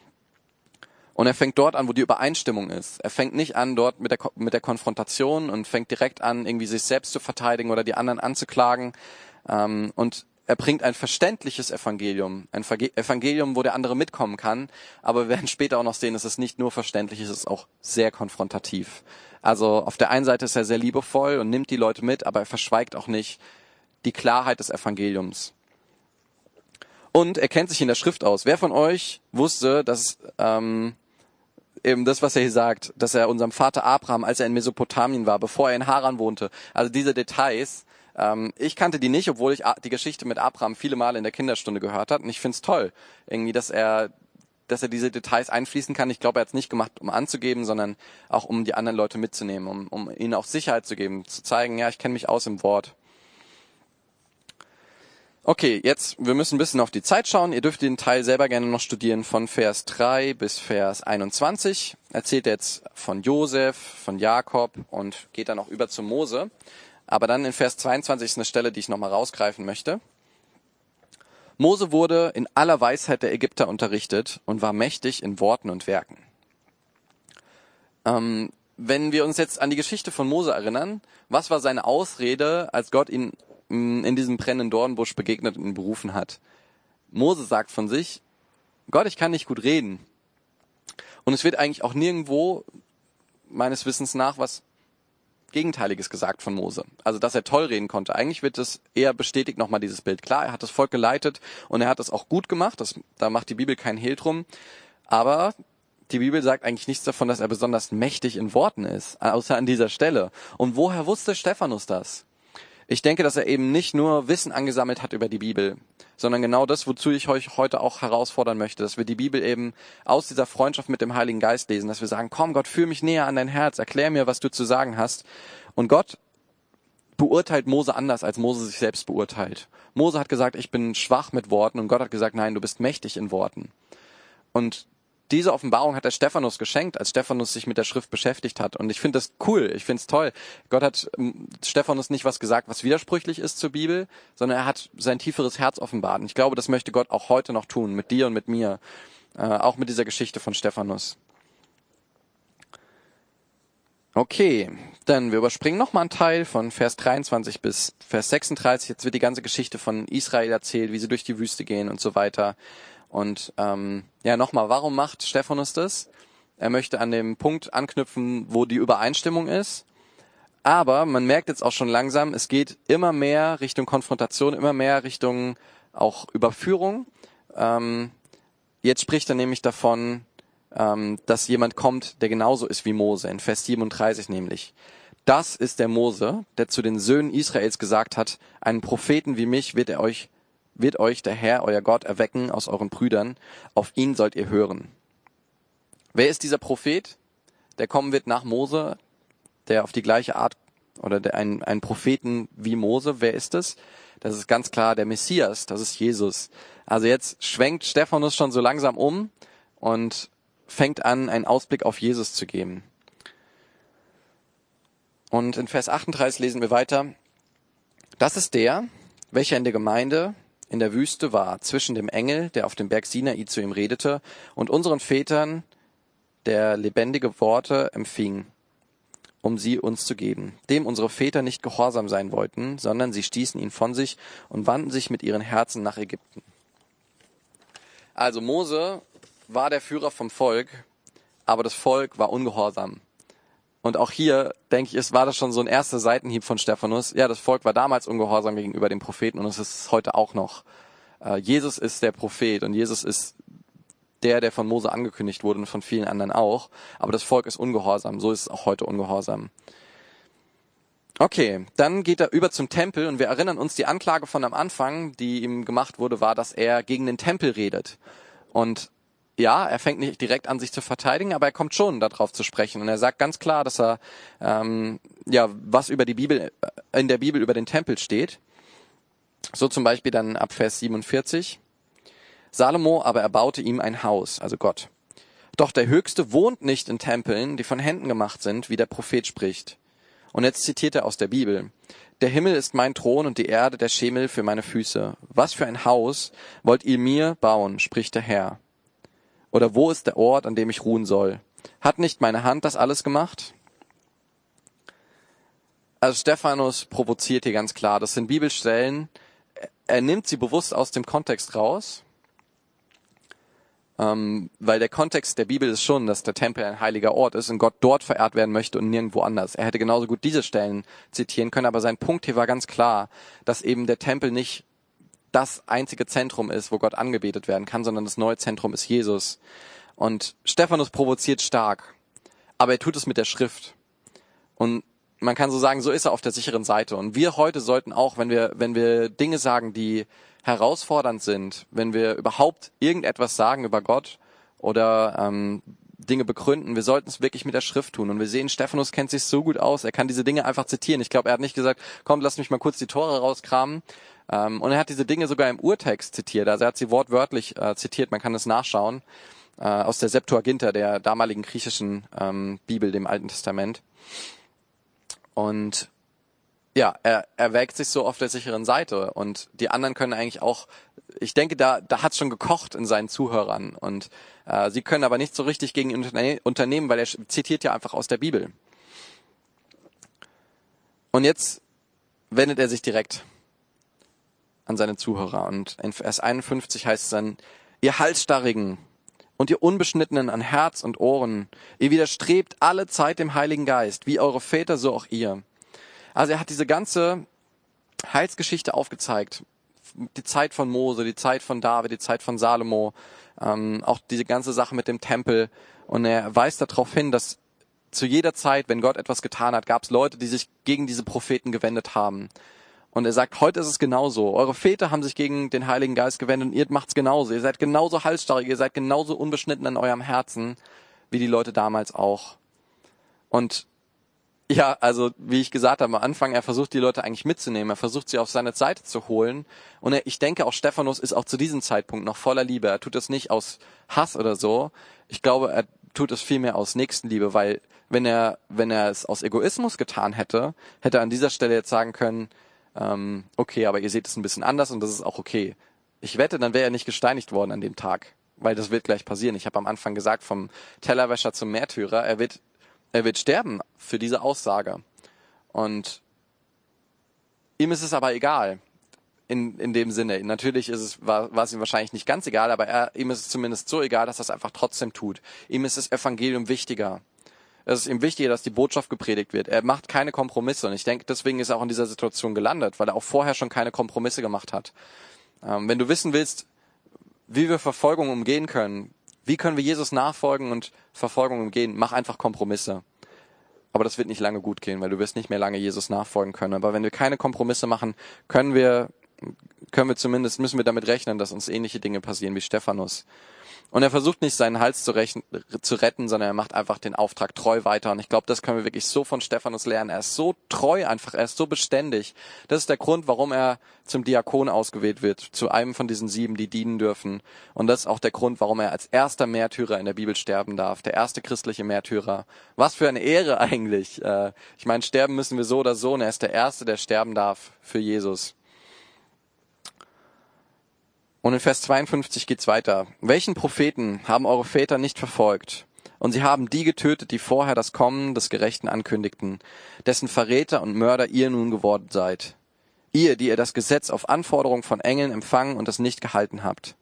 Und er fängt dort an, wo die Übereinstimmung ist. Er fängt nicht an dort mit der Konfrontation und fängt direkt an, irgendwie sich selbst zu verteidigen oder die anderen anzuklagen. Und er bringt ein verständliches Evangelium. Ein Evangelium, wo der andere mitkommen kann. Aber wir werden später auch noch sehen, dass es nicht nur verständlich ist, es ist auch sehr konfrontativ. Also auf der einen Seite ist er sehr liebevoll und nimmt die Leute mit, aber er verschweigt auch nicht die Klarheit des Evangeliums. Und er kennt sich in der Schrift aus. Wer von euch wusste, dass eben das, was er hier sagt, dass er unserem Vater Abraham, als er in Mesopotamien war, bevor er in Haran wohnte, also diese Details, ich kannte die nicht, obwohl ich die Geschichte mit Abraham viele Male in der Kinderstunde gehört habe. Und ich find's toll, irgendwie, dass er diese Details einfließen kann. Ich glaube, er hat es nicht gemacht, um anzugeben, sondern auch um die anderen Leute mitzunehmen, um ihnen auch Sicherheit zu geben, zu zeigen, ja, ich kenne mich aus im Wort. Okay, wir müssen ein bisschen auf die Zeit schauen. Ihr dürft den Teil selber gerne noch studieren. Von Vers 3 bis Vers 21 erzählt er jetzt von Josef, von Jakob und geht dann auch über zu Mose. Aber dann in Vers 22 ist eine Stelle, die ich nochmal rausgreifen möchte. Mose wurde in aller Weisheit der Ägypter unterrichtet und war mächtig in Worten und Werken. Wenn wir uns jetzt an die Geschichte von Mose erinnern, was war seine Ausrede, als Gott ihn in diesem brennenden Dornbusch begegnet und ihn berufen hat? Mose sagt von sich, Gott, ich kann nicht gut reden. Und es wird eigentlich auch nirgendwo, meines Wissens nach, was Gegenteiliges gesagt von Mose. Also, dass er toll reden konnte. Eigentlich wird es eher bestätigt nochmal dieses Bild. Klar, er hat das Volk geleitet und er hat das auch gut gemacht. Da macht die Bibel keinen Hehl drum. Aber die Bibel sagt eigentlich nichts davon, dass er besonders mächtig in Worten ist, außer an dieser Stelle. Und woher wusste Stephanus das? Ich denke, dass er eben nicht nur Wissen angesammelt hat über die Bibel, sondern genau das, wozu ich euch heute auch herausfordern möchte, dass wir die Bibel eben aus dieser Freundschaft mit dem Heiligen Geist lesen, dass wir sagen, komm Gott, führ mich näher an dein Herz, erklär mir, was du zu sagen hast. Und Gott beurteilt Mose anders, als Mose sich selbst beurteilt. Mose hat gesagt, ich bin schwach mit Worten, und Gott hat gesagt, nein, du bist mächtig in Worten. Und diese Offenbarung hat der Stephanus geschenkt, als Stephanus sich mit der Schrift beschäftigt hat. Und ich finde das cool, ich finde es toll. Gott hat Stephanus nicht was gesagt, was widersprüchlich ist zur Bibel, sondern er hat sein tieferes Herz offenbart. Und ich glaube, das möchte Gott auch heute noch tun, mit dir und mit mir. Auch mit dieser Geschichte von Stephanus. Okay, dann wir überspringen nochmal einen Teil von Vers 23 bis Vers 36. Jetzt wird die ganze Geschichte von Israel erzählt, wie sie durch die Wüste gehen und so weiter. Und nochmal, warum macht Stephanus das? Er möchte an dem Punkt anknüpfen, wo die Übereinstimmung ist. Aber man merkt jetzt auch schon langsam, es geht immer mehr Richtung Konfrontation, immer mehr Richtung auch Überführung. Jetzt spricht er nämlich davon, dass jemand kommt, der genauso ist wie Mose, in Vers 37 nämlich. Das ist der Mose, der zu den Söhnen Israels gesagt hat, einen Propheten wie mich wird euch der Herr, euer Gott, erwecken aus euren Brüdern, auf ihn sollt ihr hören. Wer ist dieser Prophet, der kommen wird nach Mose, der auf die gleiche Art, oder ein Propheten wie Mose, wer ist es? Das ist ganz klar der Messias, das ist Jesus. Also jetzt schwenkt Stephanus schon so langsam um und fängt an, einen Ausblick auf Jesus zu geben. Und in Vers 38 lesen wir weiter. Das ist der, welcher in der Gemeinde in der Wüste war, zwischen dem Engel, der auf dem Berg Sinai zu ihm redete, und unseren Vätern, der lebendige Worte empfing, um sie uns zu geben, dem unsere Väter nicht gehorsam sein wollten, sondern sie stießen ihn von sich und wandten sich mit ihren Herzen nach Ägypten. Also Mose war der Führer vom Volk, aber das Volk war ungehorsam. Und auch hier, denke ich, war das schon so ein erster Seitenhieb von Stephanus. Ja, das Volk war damals ungehorsam gegenüber dem Propheten und es ist heute auch noch. Jesus ist der Prophet und Jesus ist der von Mose angekündigt wurde und von vielen anderen auch. Aber das Volk ist ungehorsam, so ist es auch heute ungehorsam. Okay, dann geht er über zum Tempel und wir erinnern uns, die Anklage von am Anfang, die ihm gemacht wurde, war, dass er gegen den Tempel redet. Und ja, er fängt nicht direkt an, sich zu verteidigen, aber er kommt schon darauf zu sprechen. Und er sagt ganz klar, dass er was über die Bibel, in der Bibel über den Tempel steht. So zum Beispiel dann ab Vers 47. Salomo aber erbaute ihm ein Haus, also Gott. Doch der Höchste wohnt nicht in Tempeln, die von Händen gemacht sind, wie der Prophet spricht. Und jetzt zitiert er aus der Bibel. Der Himmel ist mein Thron und die Erde der Schemel für meine Füße. Was für ein Haus wollt ihr mir bauen, spricht der Herr. Oder wo ist der Ort, an dem ich ruhen soll? Hat nicht meine Hand das alles gemacht? Also Stephanus provoziert hier ganz klar. Das sind Bibelstellen. Er nimmt sie bewusst aus dem Kontext raus, weil der Kontext der Bibel ist schon, dass der Tempel ein heiliger Ort ist und Gott dort verehrt werden möchte und nirgendwo anders. Er hätte genauso gut diese Stellen zitieren können, aber sein Punkt hier war ganz klar, dass eben der Tempel nicht das einzige Zentrum ist, wo Gott angebetet werden kann, sondern das neue Zentrum ist Jesus. Und Stephanus provoziert stark, aber er tut es mit der Schrift. Und man kann so sagen, so ist er auf der sicheren Seite. Und wir heute sollten auch, wenn wir Dinge sagen, die herausfordernd sind, wenn wir überhaupt irgendetwas sagen über Gott oder Dinge begründen, wir sollten es wirklich mit der Schrift tun. Und wir sehen, Stephanus kennt sich so gut aus, er kann diese Dinge einfach zitieren. Ich glaube, er hat nicht gesagt, komm, lass mich mal kurz die Tore rauskramen. Und er hat diese Dinge sogar im Urtext zitiert, also er hat sie wortwörtlich zitiert, man kann es nachschauen, aus der Septuaginta, der damaligen griechischen Bibel, dem Alten Testament. Und ja, er wägt sich so auf der sicheren Seite und die anderen können eigentlich auch, ich denke, da hat's schon gekocht in seinen Zuhörern und sie können aber nicht so richtig gegen ihn unternehmen, weil er zitiert ja einfach aus der Bibel. Und jetzt wendet er sich direkt an seine Zuhörer und in Vers 51 heißt es dann, ihr Halsstarrigen und ihr Unbeschnittenen an Herz und Ohren, ihr widerstrebt alle Zeit dem Heiligen Geist, wie eure Väter, so auch ihr. Also er hat diese ganze Heilsgeschichte aufgezeigt. Die Zeit von Mose, die Zeit von David, die Zeit von Salomo, auch diese ganze Sache mit dem Tempel. Und er weist darauf hin, dass zu jeder Zeit, wenn Gott etwas getan hat, gab es Leute, die sich gegen diese Propheten gewendet haben. Und er sagt, heute ist es genauso. Eure Väter haben sich gegen den Heiligen Geist gewendet und ihr macht's genauso. Ihr seid genauso halsstarrig, ihr seid genauso unbeschnitten in eurem Herzen, wie die Leute damals auch. Und ja, also wie ich gesagt habe am Anfang, er versucht die Leute eigentlich mitzunehmen, er versucht sie auf seine Seite zu holen. Und ich denke auch Stephanus ist auch zu diesem Zeitpunkt noch voller Liebe. Er tut es nicht aus Hass oder so. Ich glaube, er tut es vielmehr aus Nächstenliebe, weil wenn er es aus Egoismus getan hätte, hätte er an dieser Stelle jetzt sagen können, okay, aber ihr seht es ein bisschen anders und das ist auch okay. Ich wette, dann wäre er nicht gesteinigt worden an dem Tag, weil das wird gleich passieren. Ich habe am Anfang gesagt, vom Tellerwäscher zum Märtyrer, er wird sterben für diese Aussage. Und ihm ist es aber egal, in dem Sinne. Natürlich war es ihm wahrscheinlich nicht ganz egal, aber ihm ist es zumindest so egal, dass er es einfach trotzdem tut. Ihm ist das Evangelium wichtiger. Es ist ihm wichtiger, dass die Botschaft gepredigt wird. Er macht keine Kompromisse und ich denke, deswegen ist er auch in dieser Situation gelandet, weil er auch vorher schon keine Kompromisse gemacht hat. Wenn du wissen willst, wie wir Verfolgung umgehen können, wie können wir Jesus nachfolgen und Verfolgung umgehen, mach einfach Kompromisse. Aber das wird nicht lange gut gehen, weil du wirst nicht mehr lange Jesus nachfolgen können. Aber wenn wir keine Kompromisse machen, müssen wir damit rechnen, dass uns ähnliche Dinge passieren wie Stephanus. Und er versucht nicht, seinen Hals zu retten, sondern er macht einfach den Auftrag treu weiter. Und ich glaube, das können wir wirklich so von Stephanus lernen. Er ist so treu einfach, er ist so beständig. Das ist der Grund, warum er zum Diakon ausgewählt wird, zu einem von diesen 7, die dienen dürfen. Und das ist auch der Grund, warum er als erster Märtyrer in der Bibel sterben darf, der erste christliche Märtyrer. Was für eine Ehre eigentlich. Ich meine, sterben müssen wir so oder so, und er ist der Erste, der sterben darf für Jesus. Und in Vers 52 geht's weiter. Welchen Propheten haben eure Väter nicht verfolgt? Und sie haben die getötet, die vorher das Kommen des Gerechten ankündigten, dessen Verräter und Mörder ihr nun geworden seid. Ihr, die ihr das Gesetz auf Anforderung von Engeln empfangen und es nicht gehalten habt.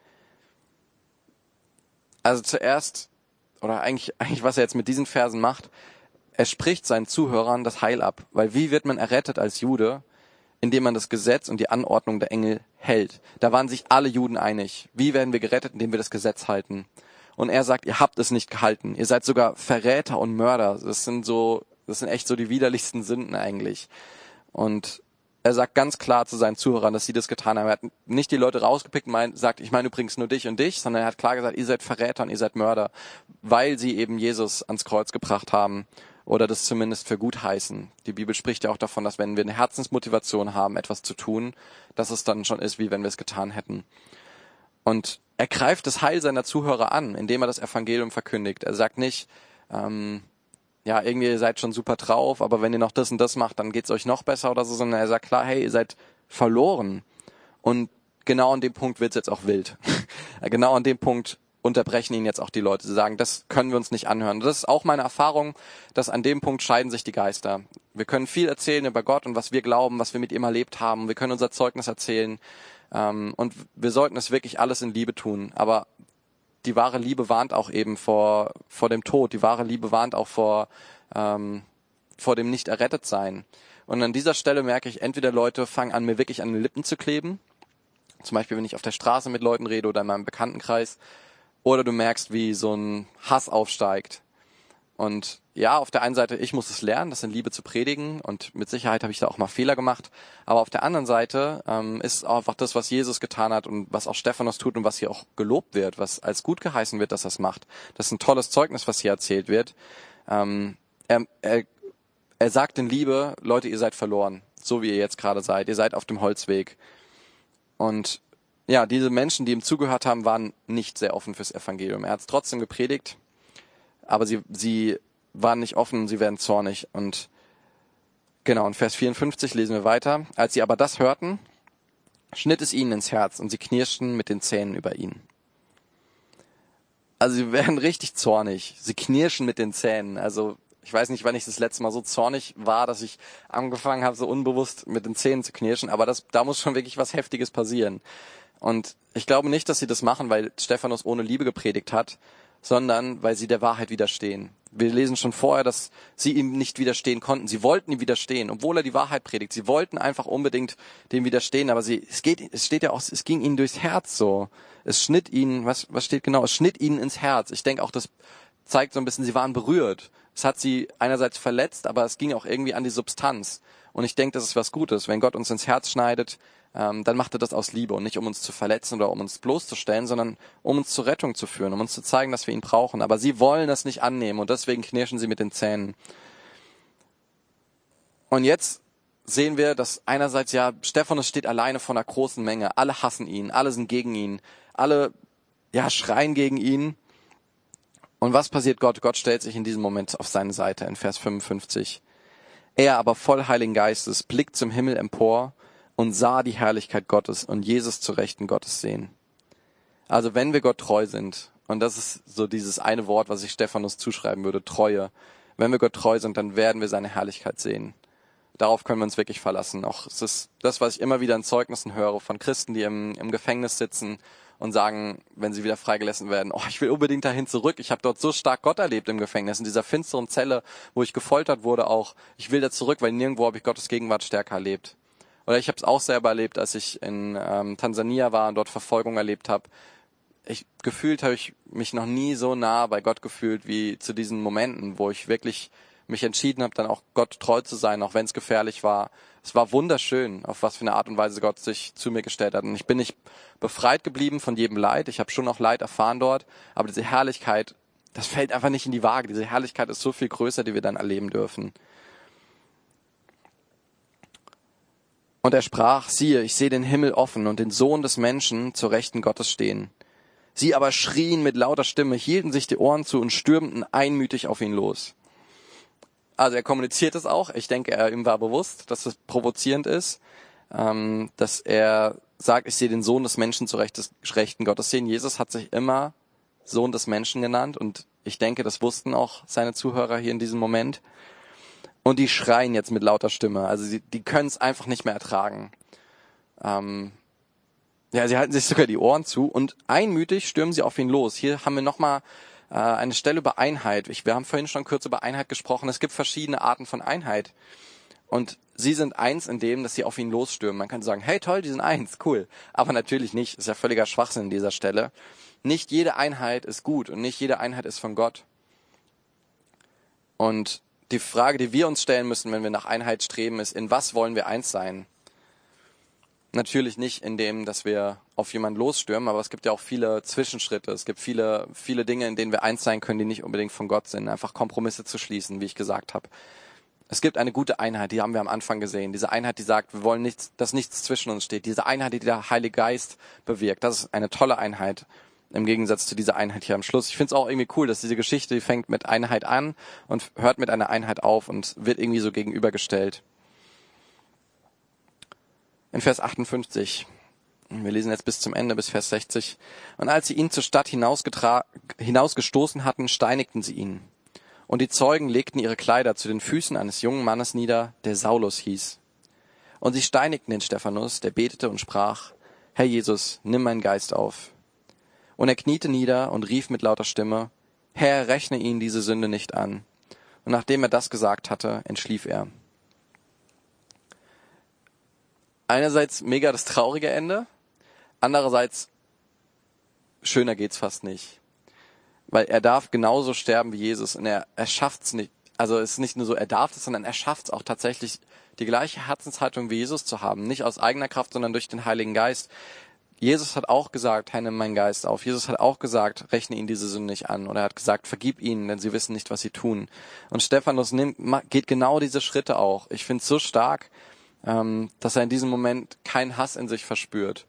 Also zuerst, oder eigentlich was er jetzt mit diesen Versen macht, er spricht seinen Zuhörern das Heil ab. Weil wie wird man errettet als Jude? Indem man das Gesetz und die Anordnung der Engel hält. Da waren sich alle Juden einig. Wie werden wir gerettet? Indem wir das Gesetz halten. Und er sagt, ihr habt es nicht gehalten. Ihr seid sogar Verräter und Mörder. Das sind echt so die widerlichsten Sünden eigentlich. Und er sagt ganz klar zu seinen Zuhörern, dass sie das getan haben. Er hat nicht die Leute rausgepickt und sagt, ich meine übrigens nur dich und dich, sondern er hat klar gesagt, ihr seid Verräter und ihr seid Mörder, weil sie eben Jesus ans Kreuz gebracht haben. Oder das zumindest für gut heißen. Die Bibel spricht ja auch davon, dass wenn wir eine Herzensmotivation haben, etwas zu tun, dass es dann schon ist, wie wenn wir es getan hätten. Und er greift das Heil seiner Zuhörer an, indem er das Evangelium verkündigt. Er sagt nicht, irgendwie ihr seid schon super drauf, aber wenn ihr noch das und das macht, dann geht's euch noch besser oder so, sondern er sagt klar, hey, ihr seid verloren. Und genau an dem Punkt wird's jetzt auch wild. Genau an dem Punkt unterbrechen ihn jetzt auch die Leute. Sie sagen, das können wir uns nicht anhören. Das ist auch meine Erfahrung, dass an dem Punkt scheiden sich die Geister. Wir können viel erzählen über Gott und was wir glauben, was wir mit ihm erlebt haben. Wir können unser Zeugnis erzählen. Und wir sollten es wirklich alles in Liebe tun. Aber die wahre Liebe warnt auch eben vor dem Tod. Die wahre Liebe warnt auch vor dem nicht errettet sein. Und an dieser Stelle merke ich, entweder Leute fangen an, mir wirklich an den Lippen zu kleben. Zum Beispiel, wenn ich auf der Straße mit Leuten rede oder in meinem Bekanntenkreis. Oder du merkst, wie so ein Hass aufsteigt. Und ja, auf der einen Seite, ich muss es lernen, das in Liebe zu predigen. Und mit Sicherheit habe ich da auch mal Fehler gemacht. Aber auf der anderen Seite ist auch einfach das, was Jesus getan hat und was auch Stephanus tut und was hier auch gelobt wird, was als gut geheißen wird, dass er es macht. Das ist ein tolles Zeugnis, was hier erzählt wird. Er sagt in Liebe, Leute, ihr seid verloren, so wie ihr jetzt gerade seid. Ihr seid auf dem Holzweg. Und ja, diese Menschen, die ihm zugehört haben, waren nicht sehr offen fürs Evangelium. Er hat es trotzdem gepredigt, aber sie waren nicht offen, sie werden zornig. Und genau, in Vers 54 lesen wir weiter. Als sie aber das hörten, schnitt es ihnen ins Herz und sie knirschten mit den Zähnen über ihn. Also sie werden richtig zornig. Sie knirschen mit den Zähnen. Also ich weiß nicht, wann ich das letzte Mal so zornig war, dass ich angefangen habe, so unbewusst mit den Zähnen zu knirschen. Aber da muss schon wirklich was Heftiges passieren. Und ich glaube nicht, dass sie das machen, weil Stephanus ohne Liebe gepredigt hat, sondern weil sie der Wahrheit widerstehen. Wir lesen schon vorher, dass sie ihm nicht widerstehen konnten. Sie wollten ihm widerstehen, obwohl er die Wahrheit predigt. Sie wollten einfach unbedingt dem widerstehen, aber es steht ja auch, es ging ihnen durchs Herz so. Es schnitt ihnen, was steht genau? Es schnitt ihnen ins Herz. Ich denke auch, das zeigt so ein bisschen, sie waren berührt. Es hat sie einerseits verletzt, aber es ging auch irgendwie an die Substanz. Und ich denke, das ist was Gutes. Wenn Gott uns ins Herz schneidet, dann macht er das aus Liebe und nicht um uns zu verletzen oder um uns bloßzustellen, sondern um uns zur Rettung zu führen, um uns zu zeigen, dass wir ihn brauchen. Aber sie wollen das nicht annehmen und deswegen knirschen sie mit den Zähnen. Und jetzt sehen wir, dass einerseits Stephanus steht alleine vor einer großen Menge. Alle hassen ihn, alle sind gegen ihn, alle schreien gegen ihn. Und was passiert Gott? Gott stellt sich in diesem Moment auf seine Seite in Vers 55. Er aber voll Heiligen Geistes blickt zum Himmel empor und sah die Herrlichkeit Gottes und Jesus zu Rechten Gottes sehen. Also wenn wir Gott treu sind, und das ist so dieses eine Wort, was ich Stephanus zuschreiben würde, Treue. Wenn wir Gott treu sind, dann werden wir seine Herrlichkeit sehen. Darauf können wir uns wirklich verlassen. Auch es ist das, was ich immer wieder in Zeugnissen höre von Christen, die im Gefängnis sitzen und sagen, wenn sie wieder freigelassen werden, ich will unbedingt dahin zurück. Ich habe dort so stark Gott erlebt im Gefängnis, in dieser finsteren Zelle, wo ich gefoltert wurde auch. Ich will da zurück, weil nirgendwo habe ich Gottes Gegenwart stärker erlebt. Oder ich habe es auch selber erlebt, als ich in Tansania war und dort Verfolgung erlebt habe. Gefühlt habe ich mich noch nie so nah bei Gott gefühlt wie zu diesen Momenten, wo ich wirklich mich entschieden habe, dann auch Gott treu zu sein, auch wenn es gefährlich war. Es war wunderschön, auf was für eine Art und Weise Gott sich zu mir gestellt hat. Und ich bin nicht befreit geblieben von jedem Leid. Ich habe schon noch Leid erfahren dort, aber diese Herrlichkeit, das fällt einfach nicht in die Waage. Diese Herrlichkeit ist so viel größer, die wir dann erleben dürfen. Und er sprach, siehe, ich sehe den Himmel offen und den Sohn des Menschen zur Rechten Gottes stehen. Sie aber schrien mit lauter Stimme, hielten sich die Ohren zu und stürmten einmütig auf ihn los. Also er kommuniziert es auch. Ich denke, ihm war bewusst, dass es provozierend ist, dass er sagt, ich sehe den Sohn des Menschen zur Rechten Gottes sehen. Jesus hat sich immer Sohn des Menschen genannt und ich denke, das wussten auch seine Zuhörer hier in diesem Moment. Und die schreien jetzt mit lauter Stimme. Also die können es einfach nicht mehr ertragen. Ja, sie halten sich sogar die Ohren zu und einmütig stürmen sie auf ihn los. Hier haben wir nochmal eine Stelle über Einheit. Wir haben vorhin schon kurz über Einheit gesprochen. Es gibt verschiedene Arten von Einheit. Und sie sind eins in dem, dass sie auf ihn losstürmen. Man könnte sagen, hey toll, die sind eins, cool. Aber natürlich nicht. Ist ja völliger Schwachsinn an dieser Stelle. Nicht jede Einheit ist gut und nicht jede Einheit ist von Gott. Und die Frage, die wir uns stellen müssen, wenn wir nach Einheit streben, ist, in was wollen wir eins sein? Natürlich nicht in dem, dass wir auf jemanden losstürmen, aber es gibt ja auch viele Zwischenschritte. Es gibt viele Dinge, in denen wir eins sein können, die nicht unbedingt von Gott sind. Einfach Kompromisse zu schließen, wie ich gesagt habe. Es gibt eine gute Einheit, die haben wir am Anfang gesehen. Diese Einheit, die sagt, wir wollen nichts, dass nichts zwischen uns steht. Diese Einheit, die der Heilige Geist bewirkt. Das ist eine tolle Einheit im Gegensatz zu dieser Einheit hier am Schluss. Ich finde es auch irgendwie cool, dass diese Geschichte, die fängt mit Einheit an und hört mit einer Einheit auf und wird irgendwie so gegenübergestellt. In Vers 58, wir lesen jetzt bis zum Ende, bis Vers 60. Und als sie ihn zur Stadt hinausgestoßen hatten, steinigten sie ihn. Und die Zeugen legten ihre Kleider zu den Füßen eines jungen Mannes nieder, der Saulus hieß. Und sie steinigten den Stephanus, der betete und sprach, Herr Jesus, nimm meinen Geist auf. Und er kniete nieder und rief mit lauter Stimme, Herr, rechne ihnen diese Sünde nicht an. Und nachdem er das gesagt hatte, entschlief er. Einerseits mega das traurige Ende, andererseits schöner geht's fast nicht. Weil er darf genauso sterben wie Jesus und er schafft's nicht. Also es ist nicht nur so, er darf es, sondern er schafft's auch tatsächlich, die gleiche Herzenshaltung wie Jesus zu haben. Nicht aus eigener Kraft, sondern durch den Heiligen Geist. Jesus hat auch gesagt, Herr, nimm meinen Geist auf. Jesus hat auch gesagt, rechne ihnen diese Sünde nicht an. Oder er hat gesagt, vergib ihnen, denn sie wissen nicht, was sie tun. Und Stephanus geht genau diese Schritte auch. Ich finde es so stark, dass er in diesem Moment keinen Hass in sich verspürt.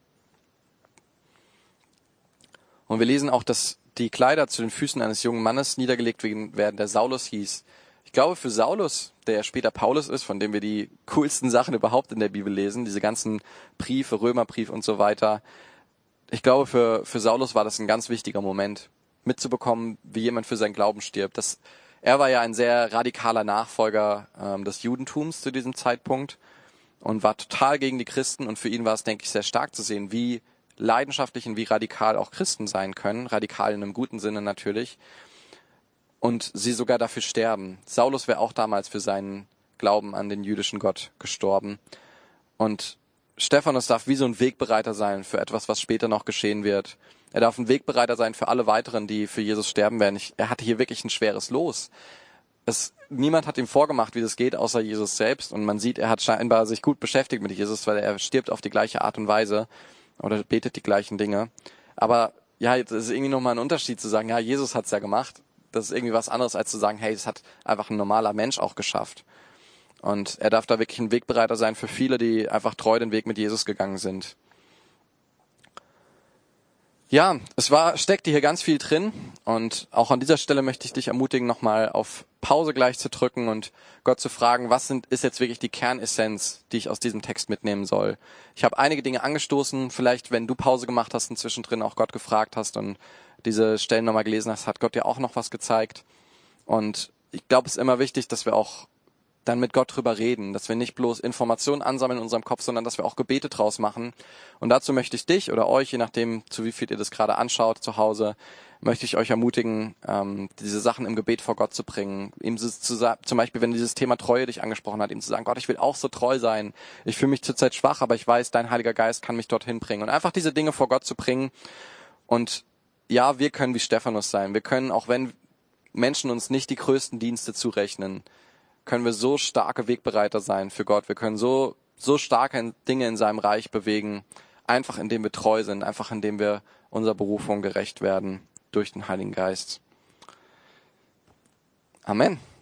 Und wir lesen auch, dass die Kleider zu den Füßen eines jungen Mannes niedergelegt werden, der Saulus hieß. Ich glaube, für Saulus, der später Paulus ist, von dem wir die coolsten Sachen überhaupt in der Bibel lesen, diese ganzen Briefe, Römerbrief und so weiter, ich glaube, für Saulus war das ein ganz wichtiger Moment, mitzubekommen, wie jemand für seinen Glauben stirbt. Er war ja ein sehr radikaler Nachfolger des Judentums zu diesem Zeitpunkt und war total gegen die Christen. Und für ihn war es, denke ich, sehr stark zu sehen, wie leidenschaftlich und wie radikal auch Christen sein können. Radikal in einem guten Sinne natürlich. Und sie sogar dafür sterben. Saulus wäre auch damals für seinen Glauben an den jüdischen Gott gestorben. Und Stephanus darf wie so ein Wegbereiter sein für etwas, was später noch geschehen wird. Er darf ein Wegbereiter sein für alle weiteren, die für Jesus sterben werden. Er hatte hier wirklich ein schweres Los. Niemand hat ihm vorgemacht, wie das geht, außer Jesus selbst. Und man sieht, er hat scheinbar sich gut beschäftigt mit Jesus, weil er stirbt auf die gleiche Art und Weise oder betet die gleichen Dinge. Aber ja, es ist irgendwie nochmal ein Unterschied zu sagen, ja, Jesus hat's ja gemacht. Das ist irgendwie was anderes, als zu sagen, hey, das hat einfach ein normaler Mensch auch geschafft. Und er darf da wirklich ein Wegbereiter sein für viele, die einfach treu den Weg mit Jesus gegangen sind. Ja, steckte hier ganz viel drin und auch an dieser Stelle möchte ich dich ermutigen, nochmal auf Pause gleich zu drücken und Gott zu fragen, ist jetzt wirklich die Kernessenz, die ich aus diesem Text mitnehmen soll. Ich habe einige Dinge angestoßen, vielleicht wenn du Pause gemacht hast und zwischendrin auch Gott gefragt hast und diese Stellen nochmal gelesen hast, hat Gott dir auch noch was gezeigt. Und ich glaube, es ist immer wichtig, dass wir auch dann mit Gott drüber reden, dass wir nicht bloß Informationen ansammeln in unserem Kopf, sondern dass wir auch Gebete draus machen. Und dazu möchte ich dich oder euch, je nachdem, zu wie viel ihr das gerade anschaut, zu Hause, möchte ich euch ermutigen, diese Sachen im Gebet vor Gott zu bringen. Ihm zum Beispiel, wenn dieses Thema Treue dich angesprochen hat, ihm zu sagen, Gott, ich will auch so treu sein. Ich fühle mich zurzeit schwach, aber ich weiß, dein Heiliger Geist kann mich dorthin bringen. Und einfach diese Dinge vor Gott zu bringen. Und ja, wir können wie Stephanus sein. Wir können, auch wenn Menschen uns nicht die größten Dienste zurechnen, können wir so starke Wegbereiter sein für Gott. Wir können so starke Dinge in seinem Reich bewegen, einfach indem wir treu sind, einfach indem wir unserer Berufung gerecht werden durch den Heiligen Geist. Amen.